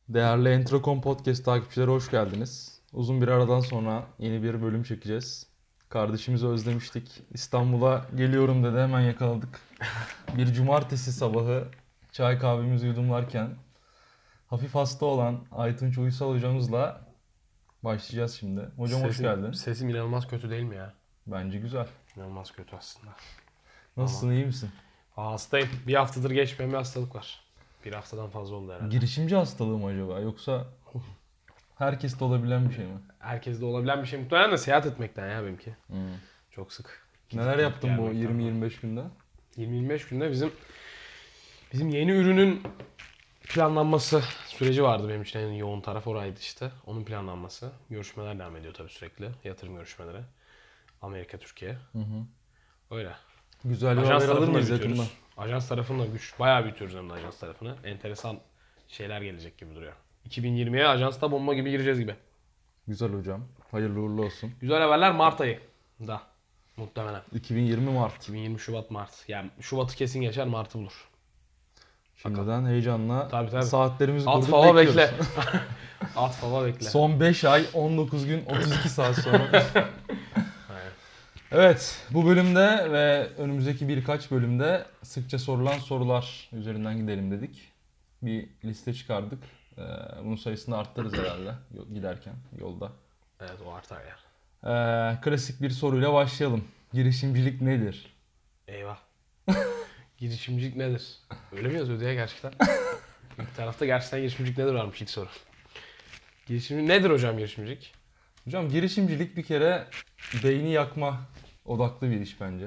Değerli Entrocom Podcast takipçileri hoş geldiniz. Uzun bir aradan sonra yeni bir bölüm çekeceğiz. Kardeşimizi özlemiştik. İstanbul'a geliyorum dedi, hemen yakaladık. Bir cumartesi sabahı çay kahvemizi yudumlarken hafif hasta olan Aytunç Uysal hocamızla başlayacağız şimdi. Hocam hoş Sesim, geldin. sesim inanılmaz kötü değil mi ya? Bence güzel. İnanılmaz kötü aslında. Nasılsın, Ama iyi misin? hastayım. Bir haftadır geçmeyen bir hastalık var. Bir haftadan fazla oldu herhalde. Girişimci hastalığı mı acaba, yoksa herkeste olabilen bir şey mi? Herkeste olabilen bir şey. Muhtemelen de seyahat etmekten ya benimki. Hmm. Çok sık. Neler yaptın bu gelmekten falan. 20-25 günde? 20-25 günde bizim yeni ürünün planlanması süreci vardı, benim için en yoğun taraf oraydı işte. Onun planlanması. Görüşmeler devam ediyor tabii sürekli. Yatırım görüşmeleri. Amerika, Türkiye. Hı hı. Öyle. Güzel bir Ajans haber alır tarafını da mıyız yakında? büyütüyoruz. Ajans tarafını da bayağı büyütüyoruz hem de ajans tarafını. Enteresan şeyler gelecek gibi duruyor. 2020'ye ajansta bomba gibi gireceğiz gibi. Güzel hocam. Hayırlı uğurlu olsun. Güzel haberler Mart ayı da muhtemelen. 2020 Mart. 2020 Şubat Mart. Yani Şubat'ı kesin geçer, Mart'ı bulur. Şimdiden heyecanla Tabii. saatlerimizi At kurduk, fava bekliyoruz. bekle. At fava bekle. Son 5 ay 19 gün 32 saat sonra. Aynen. Evet, bu bölümde ve önümüzdeki birkaç bölümde sıkça sorulan sorular üzerinden gidelim dedik. Bir liste çıkardık. Bunun sayısını arttırırız herhalde giderken yolda. Evet, o artar ya. Klasik bir soruyla başlayalım. Girişimcilik nedir? Eyvah. Girişimcilik nedir? Öyle mi yazıyordu ya gerçekten? İlk tarafta gerçekten girişimcilik nedir varmış ilk soru. Girişimcilik nedir hocam, girişimcilik? Hocam, girişimcilik bir kere beyni yakma odaklı bir iş bence.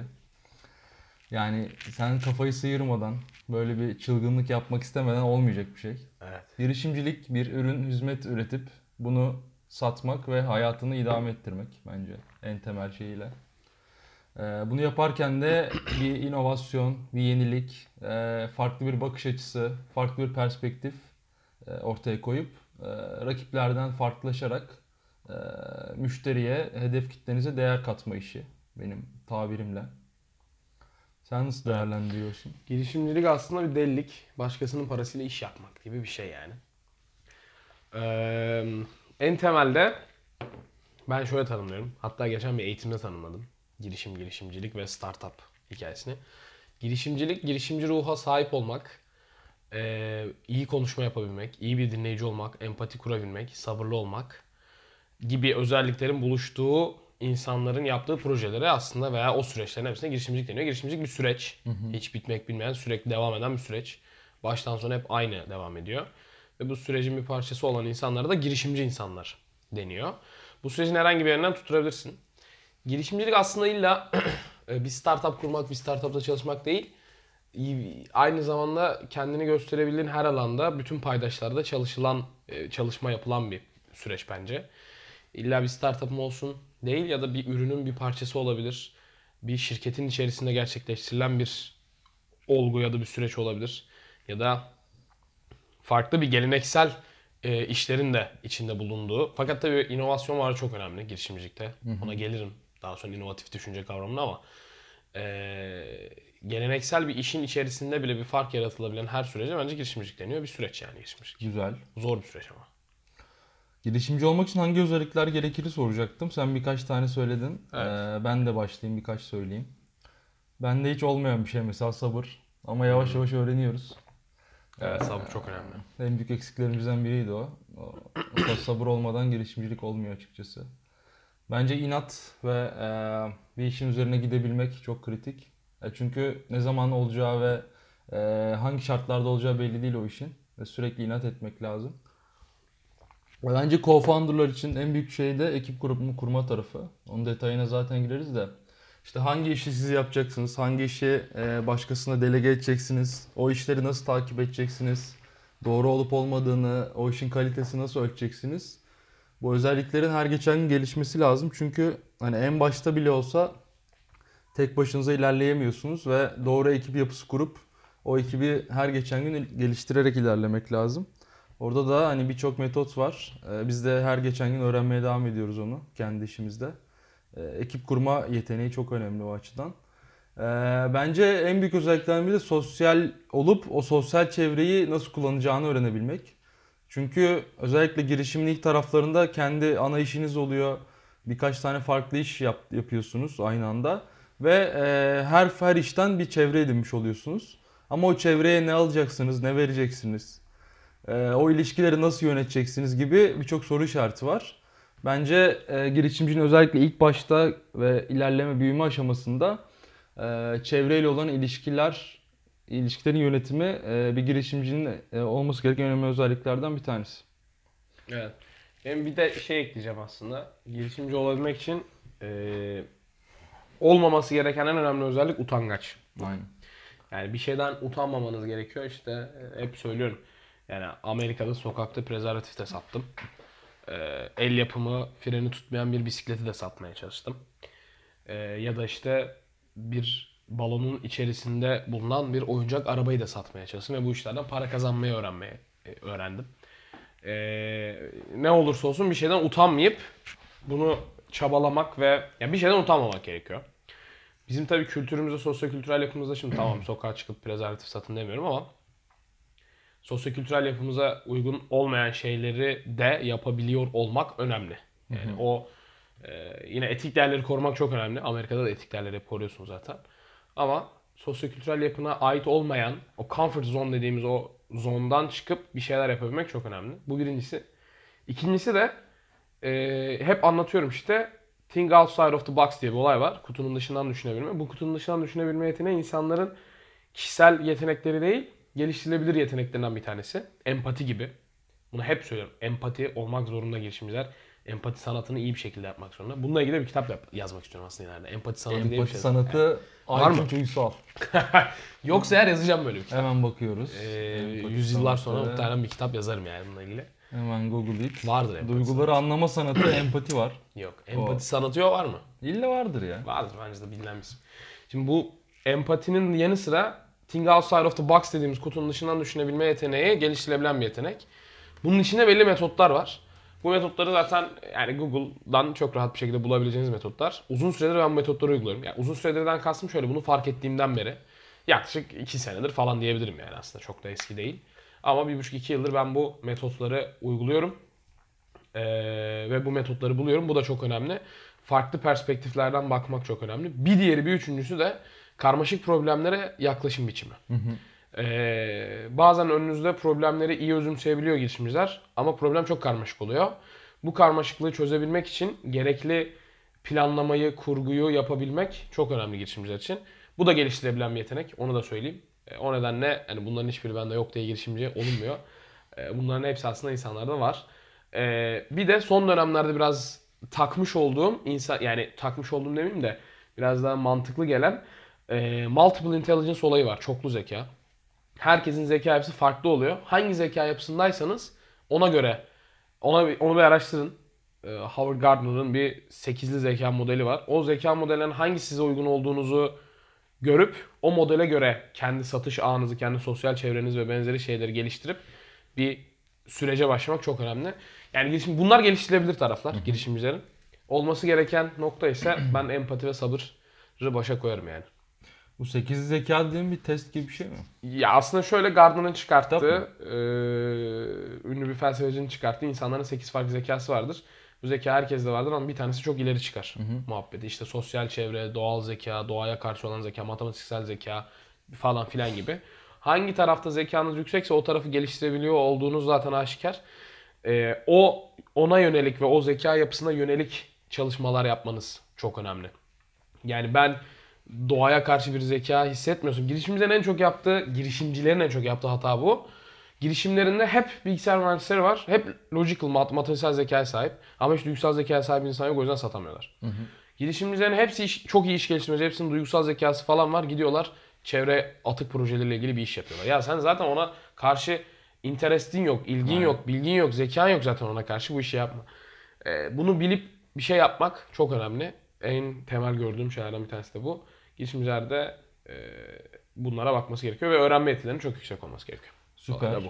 Yani sen kafayı sıyırmadan, böyle bir çılgınlık yapmak istemeden olmayacak bir şey. Evet. Girişimcilik bir ürün, hizmet üretip bunu satmak ve hayatını idame ettirmek bence en temel şeyiyle. Bunu yaparken de bir inovasyon, bir yenilik, farklı bir bakış açısı, farklı bir perspektif ortaya koyup rakiplerden farklılaşarak e, müşteriye, hedef kitlenize değer katma işi benim tabirimle. Sen nasıl Evet. değerlendiriyorsun? Girişimcilik aslında bir delilik. Başkasının parasıyla iş yapmak gibi bir şey yani. En temelde ben şöyle tanımlıyorum. Hatta geçen bir eğitimde tanımladım. Girişimcilik ve startup hikayesini. Girişimcilik, girişimci ruha sahip olmak, iyi konuşma yapabilmek, iyi bir dinleyici olmak, empati kurabilmek, sabırlı olmak gibi özelliklerin buluştuğu insanların yaptığı projelere aslında veya o süreçlerin hepsine girişimcilik deniyor. Girişimcilik bir süreç. Hiç bitmek bilmeyen, sürekli devam eden bir süreç. Baştan sona hep aynı devam ediyor. Ve bu sürecin bir parçası olan insanlara da girişimci insanlar deniyor. Bu sürecin herhangi bir yerinden tutturabilirsin. Girişimcilik aslında illa bir startup kurmak, bir startupta çalışmak değil. Aynı zamanda kendini gösterebildiğin her alanda bütün paydaşlarda çalışma yapılan bir süreç bence. İlla bir startup'ım olsun değil, ya da bir ürünün bir parçası olabilir. Bir şirketin içerisinde gerçekleştirilen bir olgu ya da bir süreç olabilir. Ya da farklı bir geleneksel işlerin de içinde bulunduğu. Fakat tabii inovasyon var, çok önemli girişimcilikte. Ona gelirim daha sonra, inovatif düşünce kavramına, ama geleneksel bir işin içerisinde bile bir fark yaratılabilen her sürece bence girişimcilik deniyor. Bir süreç yani girişimcilik. Güzel. Zor bir süreç ama. Girişimci olmak için hangi özellikler gerekir soracaktım. Sen birkaç tane söyledin. Evet. Ben de başlayayım, birkaç söyleyeyim. Bende hiç olmayan bir şey mesela sabır. Ama yavaş yavaş öğreniyoruz. Evet, sabır çok önemli. En büyük eksiklerimizden biriydi o. Sabır olmadan girişimcilik olmuyor açıkçası. Bence inat ve bir işin üzerine gidebilmek çok kritik. Çünkü ne zaman olacağı ve hangi şartlarda olacağı belli değil o işin. Ve sürekli inat etmek lazım. Bence co-founder'lar için en büyük şey de ekip kurma tarafı. Onun detayına zaten gireriz de. İşte hangi işi siz yapacaksınız, hangi işi başkasına delege edeceksiniz, o işleri nasıl takip edeceksiniz, doğru olup olmadığını, o işin kalitesi nasıl ölçeceksiniz. Bu özelliklerin her geçen gün gelişmesi lazım. Çünkü hani en başta bile olsa tek başınıza ilerleyemiyorsunuz ve doğru ekip yapısı kurup o ekibi her geçen gün geliştirerek ilerlemek lazım. Orada da hani birçok metot var. Biz de her geçen gün öğrenmeye devam ediyoruz onu kendi işimizde. Ekip kurma yeteneği çok önemli o açıdan. Bence en büyük özelliklerden biri de sosyal olup o sosyal çevreyi nasıl kullanacağını öğrenebilmek. Çünkü özellikle girişimin ilk taraflarında kendi ana işiniz oluyor. Birkaç tane farklı iş yapıyorsunuz aynı anda. Ve her işten bir çevre edinmiş oluyorsunuz. Ama o çevreye ne alacaksınız, ne vereceksiniz, o ilişkileri nasıl yöneteceksiniz gibi birçok soru işareti var. Bence girişimcinin özellikle ilk başta ve ilerleme, büyüme aşamasında çevreyle olan ilişkilerin yönetimi bir girişimcinin olması gereken önemli özelliklerden bir tanesi. Evet. Ben bir de şey ekleyeceğim aslında. Girişimci olabilmek için olmaması gereken en önemli özellik utangaç. Aynen. Yani bir şeyden utanmamanız gerekiyor. İşte hep söylüyorum. Yani Amerika'da sokakta prezervatif de sattım. El yapımı freni tutmayan bir bisikleti de satmaya çalıştım. Ya da işte bir balonun içerisinde bulunan bir oyuncak arabayı da satmaya çalıştım. Ve bu işlerden para kazanmayı öğrendim. Ne olursa olsun bir şeyden utanmayıp bunu çabalamak ve ya bir şeyden utanmamak gerekiyor. Bizim tabii kültürümüzde, sosyo-kültürel yapımızda şimdi tamam sokağa çıkıp prezervatif satın demiyorum ama sosyo-kültürel yapımıza uygun olmayan şeyleri de yapabiliyor olmak önemli. Yani yine etik değerleri korumak çok önemli. Amerika'da da etik değerleri hep koruyorsun zaten. Ama sosyo-kültürel yapına ait olmayan o comfort zone dediğimiz o zondan çıkıp bir şeyler yapabilmek çok önemli. Bu birincisi. İkincisi de hep anlatıyorum işte think outside of the box diye bir olay var. Kutunun dışından düşünebilme. Bu kutunun dışından düşünebilme yeteneği insanların kişisel yetenekleri değil, geliştirilebilir yeteneklerinden bir tanesi. Empati gibi. Bunu hep söylüyorum. Empati olmak zorunda girişimciler. Empati sanatını iyi bir şekilde yapmak zorunda. Bununla ilgili bir kitap yazmak istiyorum aslında ileride. Empati sanatı diye bir Empati şey. sanatı Var mı? Aytunç Uysal. Yoksa eğer yazacağım böyle bir kitap. Hemen bakıyoruz. Empati Yüzyıllar sonra sanatı. muhtemelen bir kitap yazarım yani bununla ilgili. Hemen Google it. Vardır empati Duyguları anlama sanatı, empati var. Yok. Empati sanatı yok var mı? İlla vardır ya. Vardır bence de bilinen bir isim. Şimdi bu empatinin yanı sıra think outside of the box dediğimiz kutunun dışından düşünebilme yeteneği geliştirilebilen bir yetenek. Bunun içinde belli metotlar var. Bu metotları zaten yani Google'dan çok rahat bir şekilde bulabileceğiniz metotlar. Uzun süredir ben bu metotları uyguluyorum. Yani uzun süredirden kastım şöyle bunu fark ettiğimden beri. Yaklaşık 2 senedir falan diyebilirim yani aslında çok da eski değil. Ama 1,5-2 yıldır ben bu metotları uyguluyorum. Ve bu metotları buluyorum. Bu da çok önemli. Farklı perspektiflerden bakmak çok önemli. Bir diğeri, bir üçüncüsü de karmaşık problemlere yaklaşım biçimi. Bazen önünüzde problemleri iyi özümseyebiliyor girişimciler ama problem çok karmaşık oluyor. Bu karmaşıklığı çözebilmek için gerekli planlamayı, kurguyu yapabilmek çok önemli girişimciler için. Bu da geliştirebilen bir yetenek, onu da söyleyeyim. O nedenle yani bunların hiçbiri bende yok diye girişimci olunmuyor. Bunların hepsi aslında insanlarda var. Bir de son dönemlerde biraz takmış olduğum insan yani takmış olduğum demeyeyim de biraz daha mantıklı gelen multiple intelligence olayı var. Çoklu zeka. Herkesin zeka yapısı farklı oluyor. Hangi zeka yapısındaysanız ona göre onu bir araştırın. Howard Gardner'ın bir 8'li zeka modeli var. O zeka modellerinin hangi size uygun olduğunuzu görüp o modele göre kendi satış ağınızı, kendi sosyal çevreniz ve benzeri şeyleri geliştirip bir sürece başlamak çok önemli. Yani bunlar geliştirilebilir taraflar girişimcilerin. Olması gereken nokta ise ben empati ve sabırı başa koyarım yani. Bu 8 zeka dediğin bir test gibi bir şey mi? Ya aslında şöyle Gardner'ın çıkarttığı, Kitap ünlü bir felsefecinin çıkarttığı insanların 8 farklı zekası vardır. Bu zeka herkeste vardır ama bir tanesi çok ileri çıkar muhabbeti. İşte sosyal çevre, doğal zeka, doğaya karşı olan zeka, matematiksel zeka falan filan gibi. Hangi tarafta zekanız yüksekse o tarafı geliştirebiliyor olduğunuz zaten aşikar. Ona yönelik ve o zeka yapısına yönelik çalışmalar yapmanız çok önemli. Yani ben doğaya karşı bir zeka hissetmiyorsun. Girişimcilerin en çok yaptığı hata bu. Girişimlerinde hep bilgisayar mühendisleri var. Hep logical, matematiksel zekaya sahip. Ama hiç duygusal zekaya sahip insan yok o yüzden satamıyorlar. Girişimcilerin hepsi çok iyi iş geliştirmeci. Hepsinin duygusal zekası falan var. Gidiyorlar çevre atık projeleriyle ilgili bir iş yapıyorlar. Ya sen zaten ona karşı interestin yok, ilgin yok, bilgin yok, zekan yok zaten ona karşı bu işi yapma. Bunu bilip bir şey yapmak çok önemli. En temel gördüğüm şeylerden bir tanesi de bu. Girişimciler de bunlara bakması gerekiyor ve öğrenme yetilerinin çok yüksek olması gerekiyor. Süper. Olay da bu.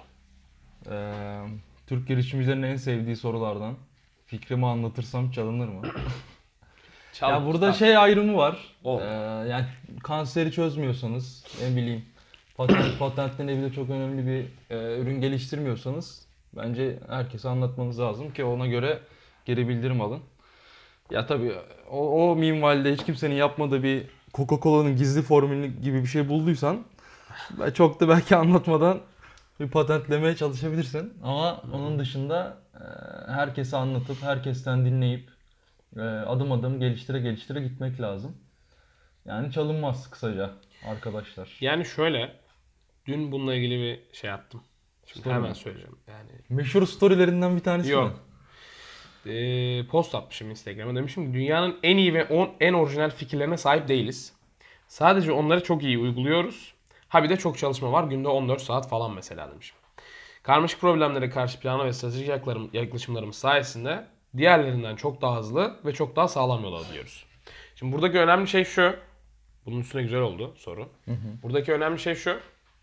Türk girişimcilerin en sevdiği sorulardan. Fikrimi anlatırsam çalınır mı? Ya burada şey ayrımı var. Yani kanseri çözmüyorsanız, ne bileyim, patentlenebilir çok önemli bir ürün geliştirmiyorsanız Bence herkese anlatmanız lazım ki ona göre geri bildirim alın. Ya tabii o minvalde hiç kimsenin yapmadığı bir Coca-Cola'nın gizli formülü gibi bir şey bulduysan çok da belki anlatmadan bir patentlemeye çalışabilirsin. Ama onun dışında herkese anlatıp, herkesten dinleyip adım adım geliştire geliştire gitmek lazım. Yani çalınmaz kısaca arkadaşlar. Yani şöyle, dün bununla ilgili bir şey yaptım. Şimdi Story hemen mi? söyleyeceğim. Yani Meşhur storylerinden bir tanesi mi? yok. Post atmışım Instagram'a. Demişim ki dünyanın en iyi ve en orijinal fikirlerine sahip değiliz. Sadece onları çok iyi uyguluyoruz. Ha bir de çok çalışma var. Günde 14 saat falan mesela demişim. Karmaşık problemlere karşı plana ve stratejik yaklaşımlarımız sayesinde diğerlerinden çok daha hızlı ve çok daha sağlam yol alıyoruz. Şimdi buradaki önemli şey şu. Bunun üstüne güzel oldu soru. Buradaki önemli şey şu.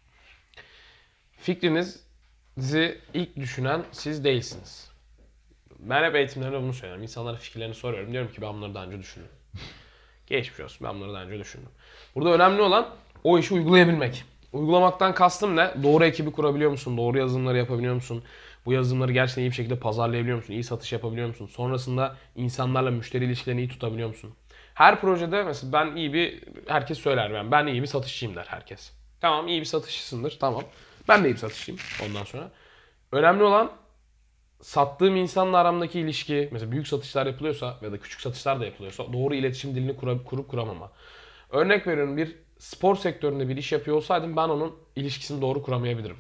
Fikrinizi ilk düşünen siz değilsiniz. Ben hep eğitimlerimde bunu söylüyorum. İnsanlara fikirlerini soruyorum. Diyorum ki ben bunları daha önce düşündüm. Geçmiş olsun, ben bunları daha önce düşündüm. Burada önemli olan o işi uygulayabilmek. Uygulamaktan kastım ne? Doğru ekibi kurabiliyor musun? Doğru yazılımları yapabiliyor musun? Bu yazılımları gerçekten iyi bir şekilde pazarlayabiliyor musun? İyi satış yapabiliyor musun? Sonrasında insanlarla müşteri ilişkilerini iyi tutabiliyor musun? Her projede mesela herkes söyler ben iyi bir satışçıyım der herkes. Tamam, iyi bir satışçısındır, tamam. Ben de iyi bir satışçıyım ondan sonra. Önemli olan sattığım insanla aramdaki ilişki, mesela büyük satışlar yapılıyorsa ya da küçük satışlar da yapılıyorsa doğru iletişim dilini kurup kuramama. Örnek veriyorum, bir spor sektöründe bir iş yapıyor olsaydım ben onun ilişkisini doğru kuramayabilirim.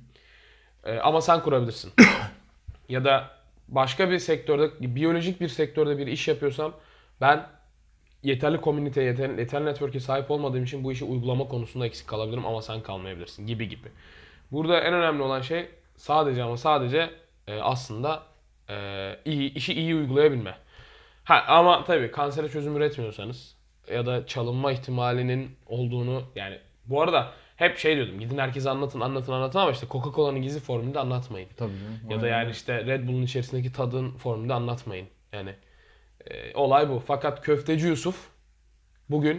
Ama sen kurabilirsin. Ya da başka bir sektörde, biyolojik bir sektörde bir iş yapıyorsam ben yeterli komüniteye, yeterli network'e sahip olmadığım için bu işi uygulama konusunda eksik kalabilirim ama sen kalmayabilirsin gibi gibi. Burada en önemli olan şey sadece aslında işi iyi uygulayabilme. Ha ama tabii kansere çözüm üretmiyorsanız ya da çalınma ihtimalinin olduğunu, yani bu arada hep şey diyordum, gidin herkese anlatın ama işte Coca-Cola'nın gizli formülünü de anlatmayın. Tabii canım. Ya da Aynen yani öyle. işte Red Bull'un içerisindeki tadın formülünü de anlatmayın. Yani olay bu. Fakat Köfteci Yusuf bugün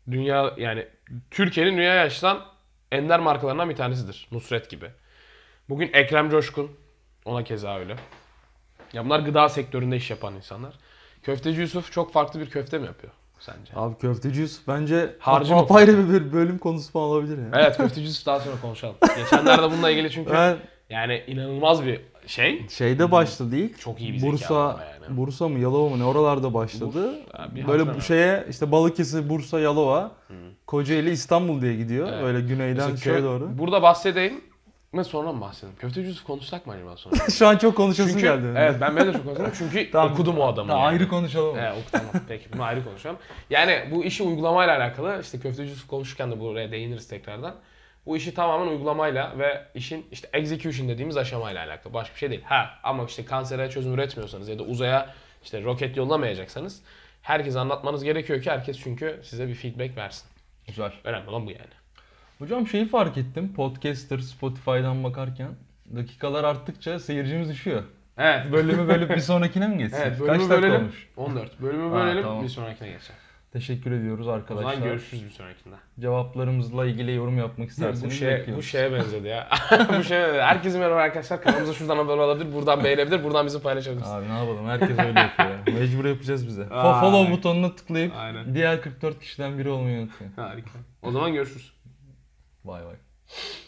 Türkiye'nin dünyaya açılan ender markalarından bir tanesidir. Nusret gibi. Bugün Ekrem Coşkun, ona keza öyle. Ya bunlar gıda sektöründe iş yapan insanlar. Köfteci Yusuf çok farklı bir köfte mi yapıyor sence? Abi Köfteci Yusuf bence Harcı mı apayrı bir bölüm konusu falan olabilir ya. Evet, Köfteci Yusuf daha sonra konuşalım. Geçenlerde bununla ilgili çünkü Ben yani inanılmaz bir şey. şeyde başladı ilk. Çok iyi bir zekalı ama yani. Bursa mı Yalova mı ne oralarda başladı. Bir Böyle bu hatırlamıyorum. şeye işte Balıkesir, Bursa, Yalova, Kocaeli, İstanbul diye gidiyor. Evet. Böyle güneyden Mesela şeye doğru. burada bahsedeyim mi sonra mı bahsedeyim? Köfteci Yusuf konuşsak mı acaba sonra? Şu an çok konuşasın Çünkü geldi. evet, ben de çok konuşuyorum çünkü Tamam. okudum o adamı. Tamam, yani. ayrı konuşalım. Evet, tamam. Peki, bunu ayrı konuşalım. Yani bu işi uygulamayla alakalı, işte Köfteci Yusuf konuşurken de buraya değiniriz tekrardan. Bu işi tamamen uygulamayla ve işin işte execution dediğimiz aşamayla alakalı. Başka bir şey değil. Ama işte kansere çözüm üretmiyorsanız ya da uzaya işte roket yollamayacaksanız herkese anlatmanız gerekiyor ki herkes çünkü size bir feedback versin. Güzel. Önemli olan bu yani. Hocam şeyi fark ettim. Podcaster, Spotify'dan bakarken dakikalar arttıkça seyircimiz düşüyor. Evet. Bölümü bölüp bir sonrakine mi geçsin? Evet, Kaç bölümü dakika bölelim. olmuş? 14. Bölümü Ha, bölelim, tamam. bir sonrakine geçelim. Teşekkür ediyoruz O arkadaşlar. zaman görüşürüz bir sonrakinde. Cevaplarımızla ilgili yorum yapmak isterseniz Bu bekliyoruz. şeye benzedi ya. Herkese merhaba arkadaşlar. Kanalımıza şuradan abone olabilir, buradan beğenebilir, buradan bizi paylaşabilirsiniz. Abi ne yapalım? Herkes öyle yapıyor ya. Mecbur yapacağız bize. Aa, Follow butonuna tıklayıp aynen. diğer 44 kişiden biri olmayı unutmayın. Harika. O zaman görüşürüz. Vay vay.